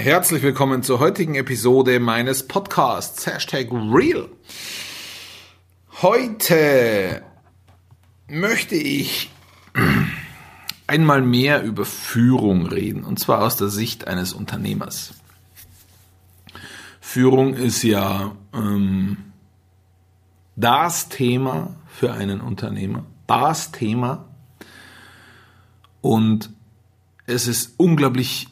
Herzlich willkommen zur heutigen Episode meines Podcasts #Real. Heute möchte ich einmal mehr über Führung reden, und zwar aus der Sicht eines Unternehmers. Führung ist ja das Thema für einen Unternehmer, das Thema, und es ist unglaublich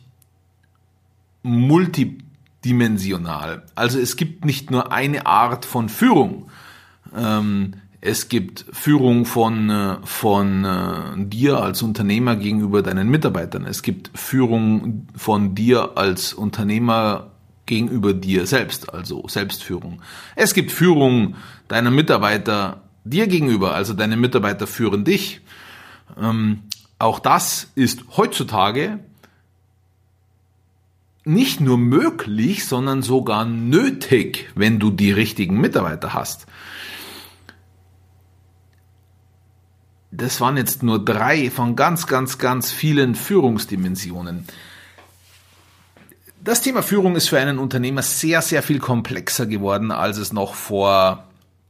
multidimensional. Also es gibt nicht nur eine Art von Führung. Es gibt Führung von dir als Unternehmer gegenüber deinen Mitarbeitern. Es gibt Führung von dir als Unternehmer gegenüber dir selbst, also Selbstführung. Es gibt Führung deiner Mitarbeiter dir gegenüber, also deine Mitarbeiter führen dich. Auch das ist heutzutage nicht nur möglich, sondern sogar nötig, wenn du die richtigen Mitarbeiter hast. Das waren jetzt nur 3 von ganz vielen Führungsdimensionen. Das Thema Führung ist für einen Unternehmer sehr viel komplexer geworden, als es noch vor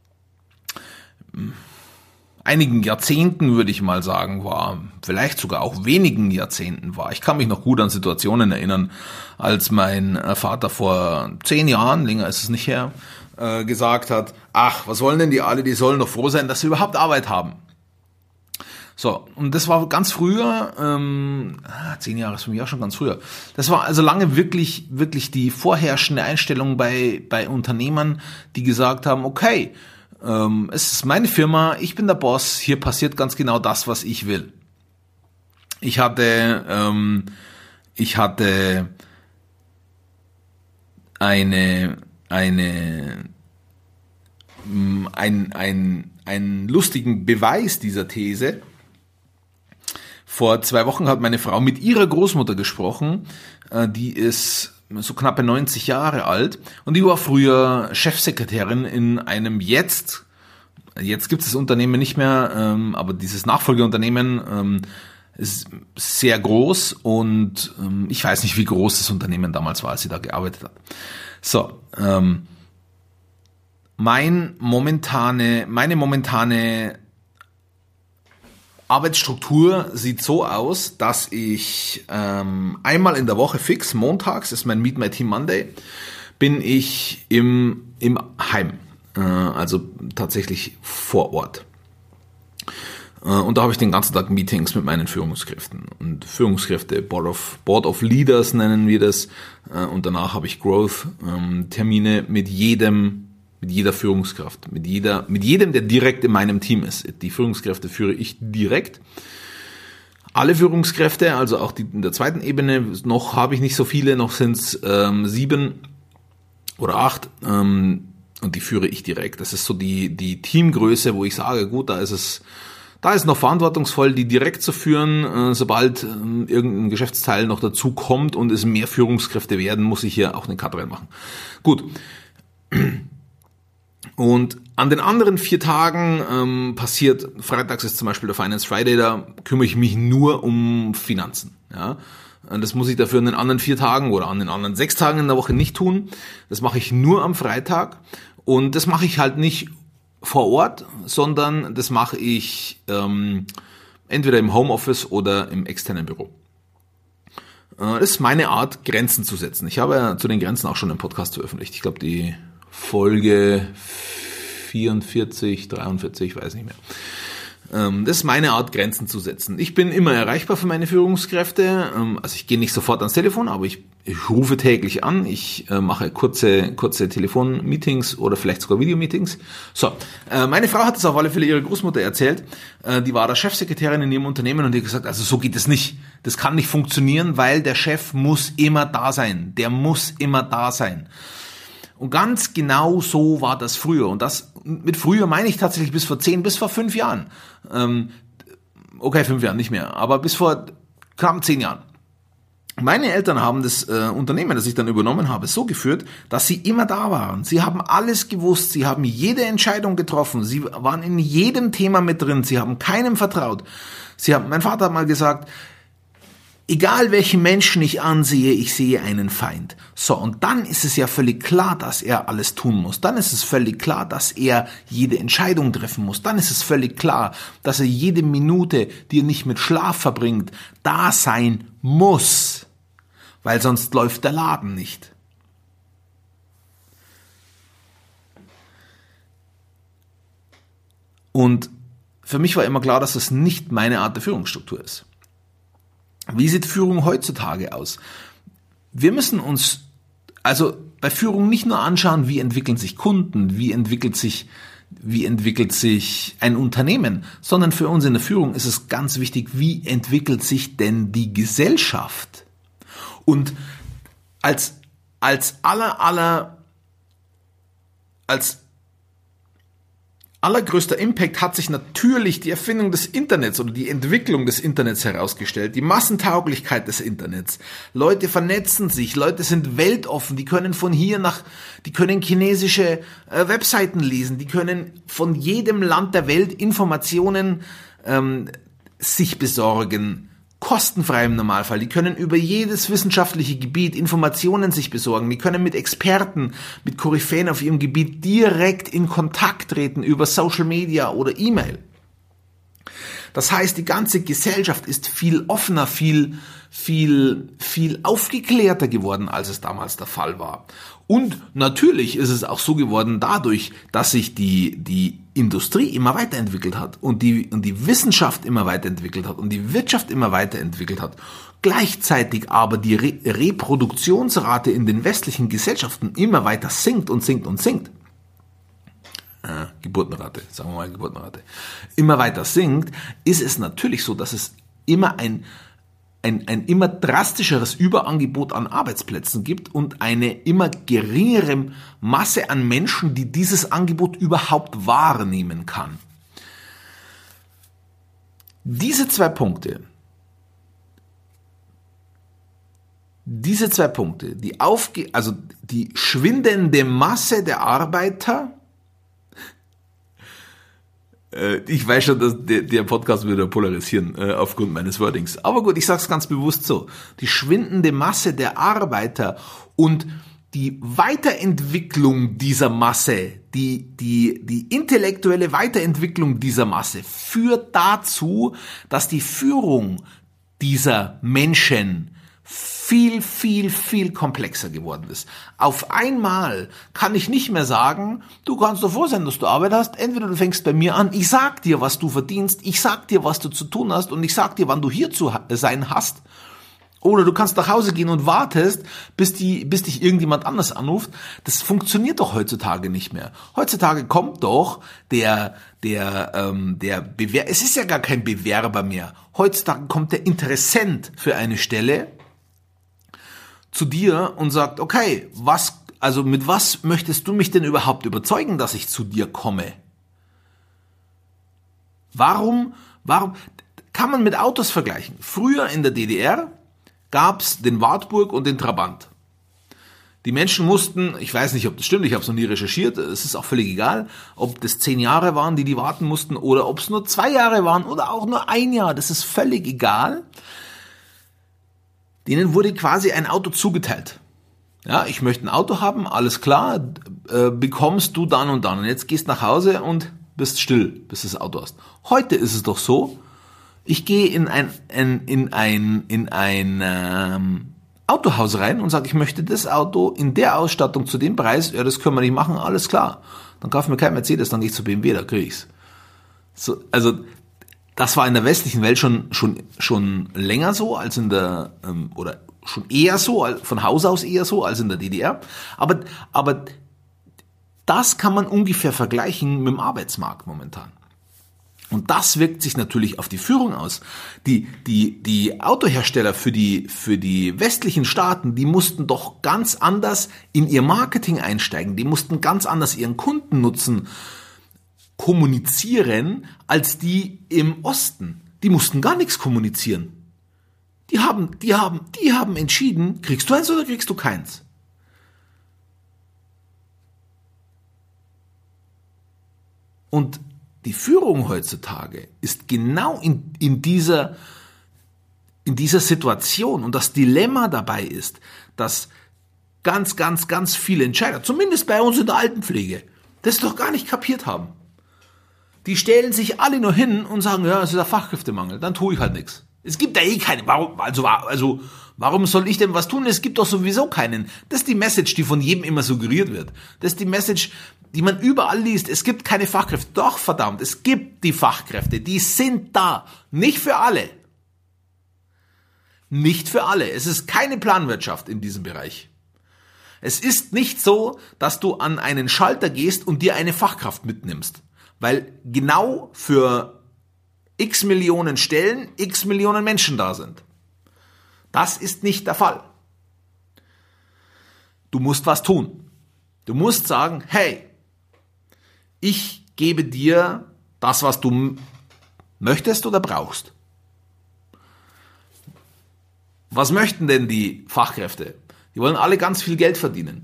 einigen Jahrzehnten, würde ich mal sagen, war, vielleicht sogar auch wenigen Jahrzehnten war. Ich kann mich noch gut an Situationen erinnern, als mein Vater vor 10 Jahren, länger ist es nicht her, gesagt hat, ach, was wollen denn die alle, die sollen doch froh sein, dass sie überhaupt Arbeit haben. So, und das war ganz früher, 10 Jahre ist für mich auch schon ganz früher, das war also lange wirklich die vorherrschende Einstellung bei Unternehmern, die gesagt haben, okay, es ist meine Firma, ich bin der Boss, hier passiert ganz genau das, was ich will. Ich hatte einen lustigen Beweis dieser These. Vor 2 Wochen hat meine Frau mit ihrer Großmutter gesprochen, die ist so knappe 90 Jahre alt, und die war früher Chefsekretärin in einem jetzt gibt es das Unternehmen nicht mehr, aber dieses Nachfolgeunternehmen ist sehr groß, und ich weiß nicht, wie groß das Unternehmen damals war, als sie da gearbeitet hat. So, meine momentane Arbeitsstruktur sieht so aus, dass ich einmal in der Woche fix, montags ist mein Meet My Team Monday, bin ich im Heim, also tatsächlich vor Ort. Und da habe ich den ganzen Tag Meetings mit meinen Führungskräften. Und Führungskräfte, Board of Leaders nennen wir das. Und danach habe ich Growth-Termine mit jeder Führungskraft, mit jedem, der direkt in meinem Team ist. Die Führungskräfte führe ich direkt. Alle Führungskräfte, also auch die in der zweiten Ebene, noch habe ich nicht so viele, noch sind es 7 oder 8, und die führe ich direkt. Das ist so die Teamgröße, wo ich sage, gut, da ist es noch verantwortungsvoll, die direkt zu führen. Sobald irgendein Geschäftsteil noch dazu kommt und es mehr Führungskräfte werden, muss ich hier auch einen Cut reinmachen. Gut. Und an den anderen 4 Tagen passiert, freitags ist zum Beispiel der Finance Friday, da kümmere ich mich nur um Finanzen. Ja? Und das muss ich dafür an den anderen 4 Tagen oder an den anderen 6 Tagen in der Woche nicht tun. Das mache ich nur am Freitag, und das mache ich halt nicht vor Ort, sondern das mache ich entweder im Homeoffice oder im externen Büro. Das ist meine Art, Grenzen zu setzen. Ich habe ja zu den Grenzen auch schon einen Podcast veröffentlicht. Ich glaube, die Folge 44, 43, weiß nicht mehr. Das ist meine Art, Grenzen zu setzen. Ich bin immer erreichbar für meine Führungskräfte. Also ich gehe nicht sofort ans Telefon, aber ich rufe täglich an. Ich mache kurze Telefonmeetings oder vielleicht sogar Videomeetings. So, meine Frau hat es auf alle Fälle ihrer Großmutter erzählt. Die war da Chefsekretärin in ihrem Unternehmen, und die hat gesagt, also so geht es nicht. Das kann nicht funktionieren, weil der Chef muss immer da sein. Der muss immer da sein. Und ganz genau so war das früher. Und das mit früher meine ich tatsächlich bis vor 5 Jahren. Okay, 5 Jahren nicht mehr, aber bis vor knapp 10 Jahren. Meine Eltern haben das Unternehmen, das ich dann übernommen habe, so geführt, dass sie immer da waren. Sie haben alles gewusst, sie haben jede Entscheidung getroffen, sie waren in jedem Thema mit drin, sie haben keinem vertraut. Mein Vater hat mal gesagt, Egal welchen Menschen ich ansehe, ich sehe einen Feind. So, und dann ist es ja völlig klar, dass er alles tun muss. Dann ist es völlig klar, dass er jede Entscheidung treffen muss. Dann ist es völlig klar, dass er jede Minute, die er nicht mit Schlaf verbringt, da sein muss. Weil sonst läuft der Laden nicht. Und für mich war immer klar, dass das nicht meine Art der Führungsstruktur ist. Wie sieht Führung heutzutage aus? Wir müssen uns also bei Führung nicht nur anschauen, wie entwickeln sich Kunden, wie entwickelt sich ein Unternehmen, sondern für uns in der Führung ist es ganz wichtig, wie entwickelt sich denn die Gesellschaft? Und als allergrößter Impact hat sich natürlich die Erfindung des Internets oder die Entwicklung des Internets herausgestellt, die Massentauglichkeit des Internets. Leute vernetzen sich, Leute sind weltoffen, die können die können chinesische Webseiten lesen, die können von jedem Land der Welt Informationen sich besorgen, kostenfrei im Normalfall. Die können über jedes wissenschaftliche Gebiet Informationen sich besorgen. Die können mit Experten, mit Koryphäen auf ihrem Gebiet direkt in Kontakt treten über Social Media oder E-Mail. Das heißt, die ganze Gesellschaft ist viel offener, viel aufgeklärter geworden, als es damals der Fall war. Und natürlich ist es auch so geworden dadurch, dass sich die Industrie immer weiterentwickelt hat und die Wissenschaft immer weiterentwickelt hat und die Wirtschaft immer weiterentwickelt hat. Gleichzeitig aber die Reproduktionsrate in den westlichen Gesellschaften immer weiter sinkt und sinkt und sinkt. Geburtenrate, immer weiter sinkt, ist es natürlich so, dass es immer ein immer drastischeres Überangebot an Arbeitsplätzen gibt und eine immer geringere Masse an Menschen, die dieses Angebot überhaupt wahrnehmen kann. Diese zwei Punkte, die schwindende Masse der Arbeiter. Ich weiß schon, dass der Podcast würde polarisieren aufgrund meines Wordings. Aber gut, ich sage es ganz bewusst so. Die schwindende Masse der Arbeiter und die Weiterentwicklung dieser Masse, die intellektuelle Weiterentwicklung dieser Masse führt dazu, dass die Führung dieser Menschen viel komplexer geworden ist. Auf einmal kann ich nicht mehr sagen, du kannst doch froh sein, dass du Arbeit hast, entweder du fängst bei mir an, ich sag dir, was du verdienst, ich sag dir, was du zu tun hast und ich sag dir, wann du hier zu sein hast, oder du kannst nach Hause gehen und wartest, bis dich irgendjemand anders anruft. Das funktioniert doch heutzutage nicht mehr. Heutzutage kommt doch es ist ja gar kein Bewerber mehr. Heutzutage kommt der Interessent für eine Stelle zu dir und sagt, okay, mit was möchtest du mich denn überhaupt überzeugen, dass ich zu dir komme? Warum kann man mit Autos vergleichen? Früher in der DDR gab's den Wartburg und den Trabant. Die Menschen mussten, ich weiß nicht, ob das stimmt, ich habe es noch nie recherchiert, es ist auch völlig egal, ob das 10 Jahre waren, die warten mussten, oder ob es nur 2 Jahre waren oder auch nur 1 Jahr, das ist völlig egal. Denen wurde quasi ein Auto zugeteilt. Ja, ich möchte ein Auto haben, alles klar, bekommst du dann und dann. Und jetzt gehst nach Hause und bist still, bis du das Auto hast. Heute ist es doch so, ich gehe in ein Autohaus rein und sage, ich möchte das Auto in der Ausstattung zu dem Preis, ja, das können wir nicht machen, alles klar. Dann kaufen wir kein Mercedes, dann gehe ich zu BMW, da kriege ich's. So, also das war in der westlichen Welt schon länger so als in der, oder schon eher so, von Haus aus eher so als in der DDR. Aber das kann man ungefähr vergleichen mit dem Arbeitsmarkt momentan. Und das wirkt sich natürlich auf die Führung aus. Die Autohersteller für die westlichen Staaten, die mussten doch ganz anders in ihr Marketing einsteigen. Die mussten ganz anders ihren Kundennutzen kommunizieren als die im Osten. Die mussten gar nichts kommunizieren. Die haben entschieden, kriegst du eins oder kriegst du keins? Und die Führung heutzutage ist genau in dieser in dieser Situation und das Dilemma dabei ist, dass ganz, ganz, ganz viele Entscheider, zumindest bei uns in der Altenpflege, das doch gar nicht kapiert haben. Die stellen sich alle nur hin und sagen, ja, es ist ein Fachkräftemangel, dann tue ich halt nichts. Es gibt da eh keine, warum soll ich denn was tun? Es gibt doch sowieso keinen. Das ist die Message, die von jedem immer suggeriert wird. Das ist die Message, die man überall liest. Es gibt keine Fachkräfte. Doch, verdammt, es gibt die Fachkräfte. Die sind da. Nicht für alle. Nicht für alle. Es ist keine Planwirtschaft in diesem Bereich. Es ist nicht so, dass du an einen Schalter gehst und dir eine Fachkraft mitnimmst. Weil genau für x Millionen Stellen x Millionen Menschen da sind. Das ist nicht der Fall. Du musst was tun. Du musst sagen, hey, ich gebe dir das, was du möchtest oder brauchst. Was möchten denn die Fachkräfte? Die wollen alle ganz viel Geld verdienen.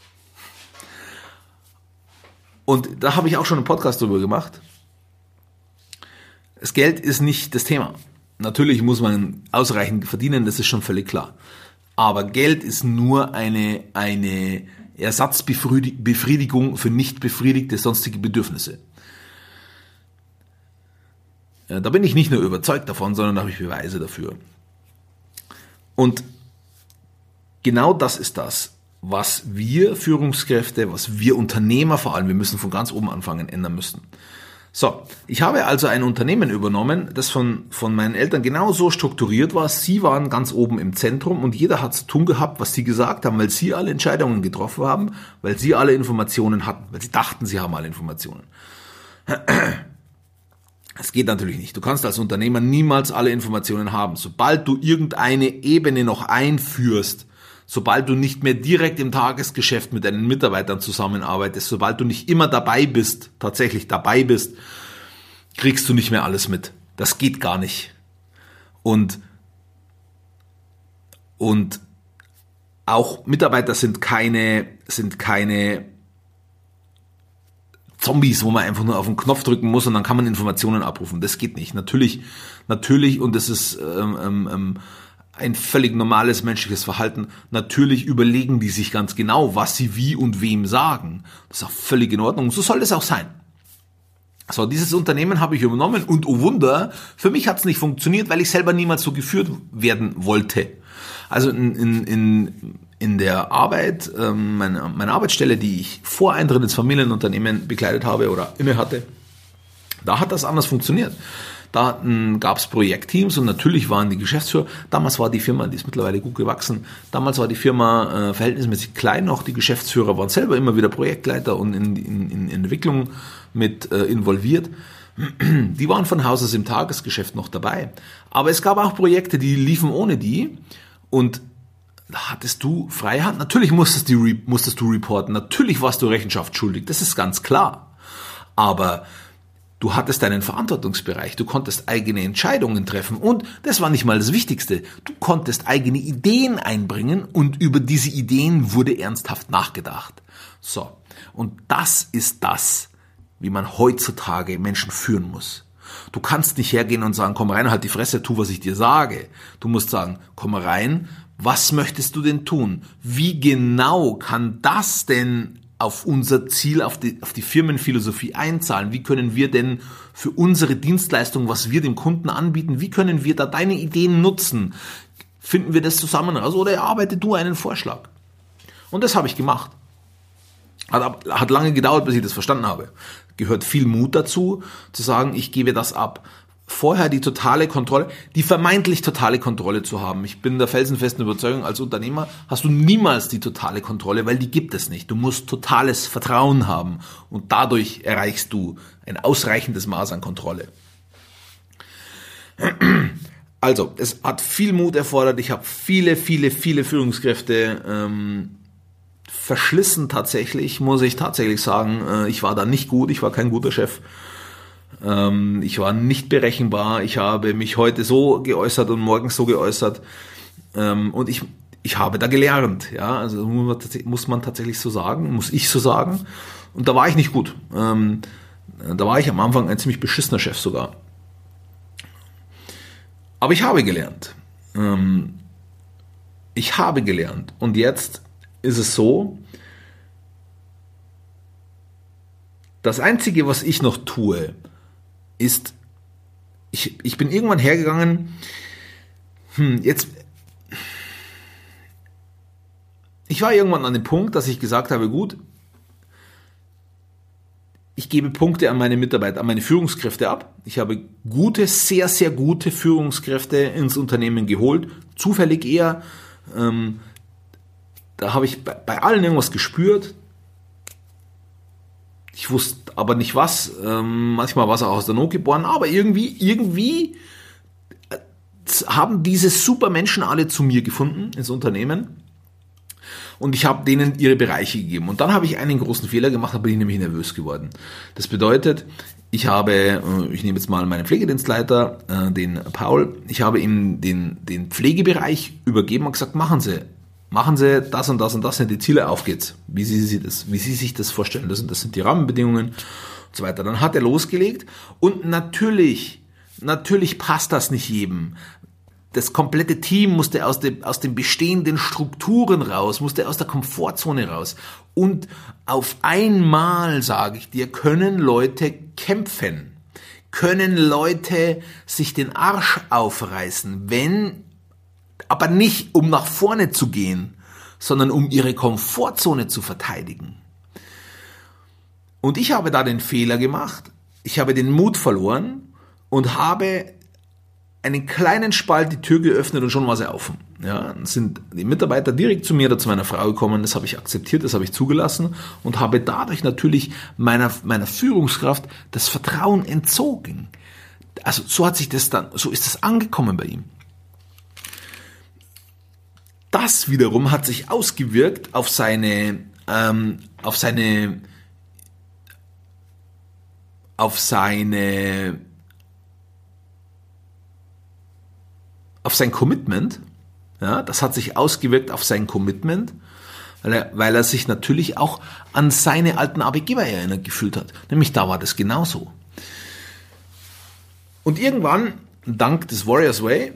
Und da habe ich auch schon einen Podcast drüber gemacht. Das Geld ist nicht das Thema. Natürlich muss man ausreichend verdienen, das ist schon völlig klar. Aber Geld ist nur eine Ersatzbefriedigung für nicht befriedigte sonstige Bedürfnisse. Ja, da bin ich nicht nur überzeugt davon, sondern da habe ich Beweise dafür. Und genau das ist das, was wir Führungskräfte, was wir Unternehmer vor allem, wir müssen von ganz oben anfangen, ändern müssen. So, ich habe also ein Unternehmen übernommen, das von meinen Eltern genau so strukturiert war. Sie waren ganz oben im Zentrum und jeder hat zu tun gehabt, was sie gesagt haben, weil sie alle Entscheidungen getroffen haben, weil sie alle Informationen hatten, weil sie dachten, sie haben alle Informationen. Es geht natürlich nicht. Du kannst als Unternehmer niemals alle Informationen haben. Sobald du irgendeine Ebene noch einführst, sobald du nicht mehr direkt im Tagesgeschäft mit deinen Mitarbeitern zusammenarbeitest, sobald du nicht immer dabei bist, tatsächlich dabei bist, kriegst du nicht mehr alles mit. Das geht gar nicht. Und auch Mitarbeiter sind keine Zombies, wo man einfach nur auf den Knopf drücken muss und dann kann man Informationen abrufen. Das geht nicht. Natürlich, und das ist ein völlig normales menschliches Verhalten. Natürlich überlegen die sich ganz genau, was sie wie und wem sagen. Das ist auch völlig in Ordnung. So soll es auch sein. So, dieses Unternehmen habe ich übernommen und oh Wunder, für mich hat es nicht funktioniert, weil ich selber niemals so geführt werden wollte. Also in der Arbeit, meine Arbeitsstelle, die ich vor Eintritt ins Familienunternehmen bekleidet habe oder inne hatte, da hat das anders funktioniert. Da gab es Projektteams und natürlich waren die Geschäftsführer, damals war die Firma, die ist mittlerweile gut gewachsen, damals war die Firma verhältnismäßig klein noch, die Geschäftsführer waren selber immer wieder Projektleiter und in Entwicklung mit involviert. Die waren von Haus aus im Tagesgeschäft noch dabei. Aber es gab auch Projekte, die liefen ohne die und da hattest du Freihand. Natürlich musstest du reporten, natürlich warst du Rechenschaft schuldig, das ist ganz klar. Aber du hattest deinen Verantwortungsbereich, du konntest eigene Entscheidungen treffen und das war nicht mal das Wichtigste. Du konntest eigene Ideen einbringen und über diese Ideen wurde ernsthaft nachgedacht. So, und das ist das, wie man heutzutage Menschen führen muss. Du kannst nicht hergehen und sagen, komm rein, halt die Fresse, tu, was ich dir sage. Du musst sagen, komm rein, was möchtest du denn tun? Wie genau kann das denn auf unser Ziel, auf die Firmenphilosophie einzahlen? Wie können wir denn für unsere Dienstleistung, was wir dem Kunden anbieten, wie können wir da deine Ideen nutzen? Finden wir das zusammen raus oder erarbeite du einen Vorschlag? Und das habe ich gemacht. Hat lange gedauert, bis ich das verstanden habe. Gehört viel Mut dazu, zu sagen, ich gebe das ab. Vorher die totale Kontrolle, die vermeintlich totale Kontrolle zu haben. Ich bin der felsenfesten Überzeugung, als Unternehmer hast du niemals die totale Kontrolle, weil die gibt es nicht. Du musst totales Vertrauen haben und dadurch erreichst du ein ausreichendes Maß an Kontrolle. Also, es hat viel Mut erfordert. Ich habe viele Führungskräfte verschlissen tatsächlich, muss ich tatsächlich sagen. Ich war da nicht gut, ich war kein guter Chef. Ich war nicht berechenbar, ich habe mich heute so geäußert und morgen so geäußert und ich habe da gelernt, ja, also muss man tatsächlich so sagen, muss ich so sagen und da war ich nicht gut, da war ich am Anfang ein ziemlich beschissener Chef sogar, aber ich habe gelernt, ich habe gelernt und jetzt ist es so, das Einzige, was ich noch tue, ist, ich bin irgendwann hergegangen, ich war irgendwann an dem Punkt, dass ich gesagt habe, gut, ich gebe Punkte an meine Mitarbeiter, an meine Führungskräfte ab. Ich habe gute, sehr, sehr gute Führungskräfte ins Unternehmen geholt. Zufällig eher. Da habe ich bei allen irgendwas gespürt. Ich wusste aber nicht was. Manchmal war es auch aus der Not geboren. Aber irgendwie haben diese Supermenschen alle zu mir gefunden ins Unternehmen. Und ich habe denen ihre Bereiche gegeben. Und dann habe ich einen großen Fehler gemacht, da bin ich nämlich nervös geworden. Das bedeutet, ich nehme jetzt mal meinen Pflegedienstleiter, den Paul, ich habe ihm den Pflegebereich übergeben und gesagt, machen Sie das und das und das sind die Ziele, auf geht's. Wie Sie sich das vorstellen, das sind die Rahmenbedingungen und so weiter. Dann hat er losgelegt und natürlich passt das nicht jedem. Das komplette Team musste aus den bestehenden Strukturen raus, musste aus der Komfortzone raus. Und auf einmal, sage ich dir, können Leute kämpfen, können Leute sich den Arsch aufreißen, aber nicht um nach vorne zu gehen, sondern um ihre Komfortzone zu verteidigen. Und ich habe da den Fehler gemacht, ich habe den Mut verloren und habe einen kleinen Spalt die Tür geöffnet und schon war sie offen. Ja, dann sind die Mitarbeiter direkt zu mir oder zu meiner Frau gekommen, das habe ich akzeptiert, das habe ich zugelassen und habe dadurch natürlich meiner Führungskraft das Vertrauen entzogen. Also so ist das angekommen bei ihm. Das wiederum hat sich ausgewirkt auf sein Commitment, ja, das hat sich ausgewirkt auf sein Commitment, weil er sich natürlich auch an seine alten Arbeitgeber erinnert gefühlt hat. Nämlich da war das genauso. Und irgendwann, dank des Warriors Way,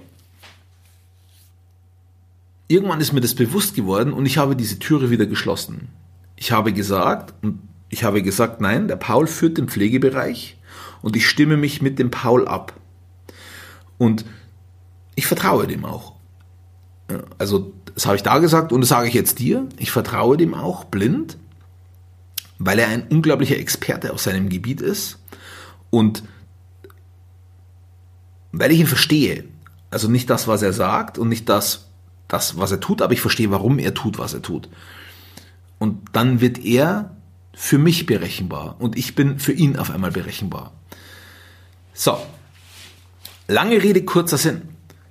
irgendwann ist mir das bewusst geworden und ich habe diese Türe wieder geschlossen. Ich habe gesagt, nein, der Paul führt den Pflegebereich und ich stimme mich mit dem Paul ab. Und ich vertraue dem auch. Also das habe ich da gesagt und das sage ich jetzt dir. Ich vertraue dem auch blind, weil er ein unglaublicher Experte auf seinem Gebiet ist und weil ich ihn verstehe. Also nicht das, was er sagt und nicht das, was er tut, aber ich verstehe, warum er tut, was er tut. Und dann wird er für mich berechenbar und ich bin für ihn auf einmal berechenbar. So, lange Rede, kurzer Sinn.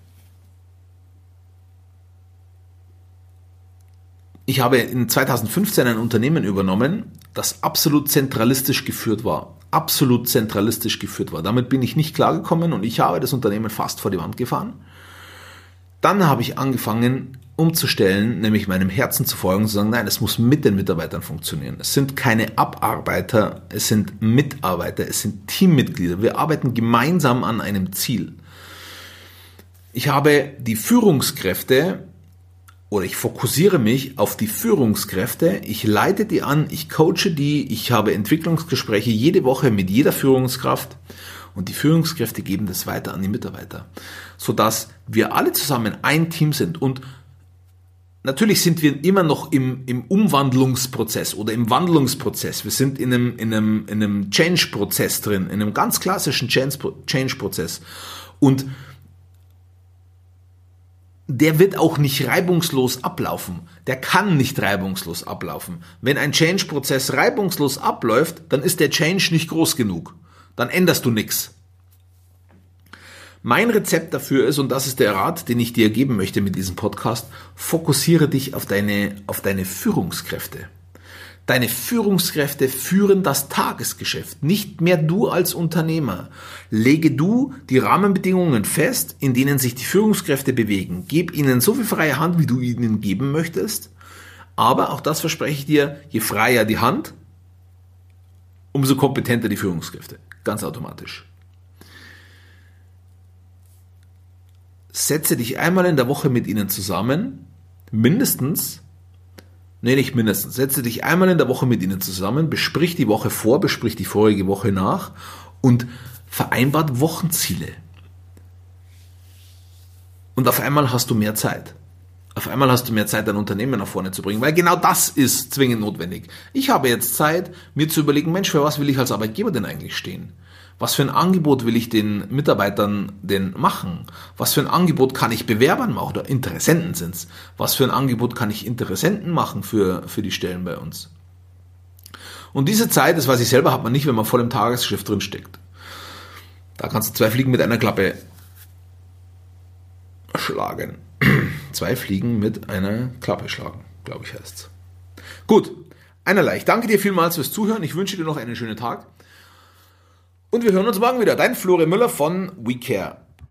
Ich habe in 2015 ein Unternehmen übernommen, das absolut zentralistisch geführt war. Damit bin ich nicht klargekommen und ich habe das Unternehmen fast vor die Wand gefahren. Dann habe ich angefangen umzustellen, nämlich meinem Herzen zu folgen und zu sagen, nein, es muss mit den Mitarbeitern funktionieren. Es sind keine Abarbeiter, es sind Mitarbeiter, es sind Teammitglieder. Wir arbeiten gemeinsam an einem Ziel. Ich habe die Führungskräfte oder ich fokussiere mich auf die Führungskräfte, ich leite die an, ich coache die, ich habe Entwicklungsgespräche jede Woche mit jeder Führungskraft und die Führungskräfte geben das weiter an die Mitarbeiter, sodass wir alle zusammen ein Team sind und natürlich sind wir immer noch im Umwandlungsprozess oder im Wandlungsprozess, wir sind in einem Change-Prozess drin, in einem ganz klassischen Change-Prozess und der wird auch nicht reibungslos ablaufen. Der kann nicht reibungslos ablaufen. Wenn ein Change-Prozess reibungslos abläuft, dann ist der Change nicht groß genug. Dann änderst du nichts. Mein Rezept dafür ist, und das ist der Rat, den ich dir geben möchte mit diesem Podcast, fokussiere dich auf deine Führungskräfte. Deine Führungskräfte führen das Tagesgeschäft, nicht mehr du als Unternehmer. Lege du die Rahmenbedingungen fest, in denen sich die Führungskräfte bewegen. Gib ihnen so viel freie Hand, wie du ihnen geben möchtest. Aber auch das verspreche ich dir, je freier die Hand, umso kompetenter die Führungskräfte. Ganz automatisch. setze dich einmal in der Woche mit ihnen zusammen, setze dich einmal in der Woche mit ihnen zusammen, besprich die Woche vor, besprich die vorige Woche nach und vereinbart Wochenziele. Und auf einmal hast du mehr Zeit. Auf einmal hast du mehr Zeit, dein Unternehmen nach vorne zu bringen, weil genau das ist zwingend notwendig. Ich habe jetzt Zeit, mir zu überlegen, Mensch, für was will ich als Arbeitgeber denn eigentlich stehen? Was für ein Angebot will ich den Mitarbeitern denn machen? Was für ein Angebot kann ich Bewerbern machen? Oder Interessenten sind's. Was für ein Angebot kann ich Interessenten machen für die Stellen bei uns? Und diese Zeit, das weiß ich selber, hat man nicht, wenn man voll im Tagesgeschäft drin steckt. Da kannst du 2 Fliegen mit einer Klappe schlagen. 2 Fliegen mit einer Klappe schlagen, glaube ich heißt's. Gut, einerlei. Ich danke dir vielmals fürs Zuhören. Ich wünsche dir noch einen schönen Tag. Und wir hören uns morgen wieder. Dein Florian Müller von WeCare.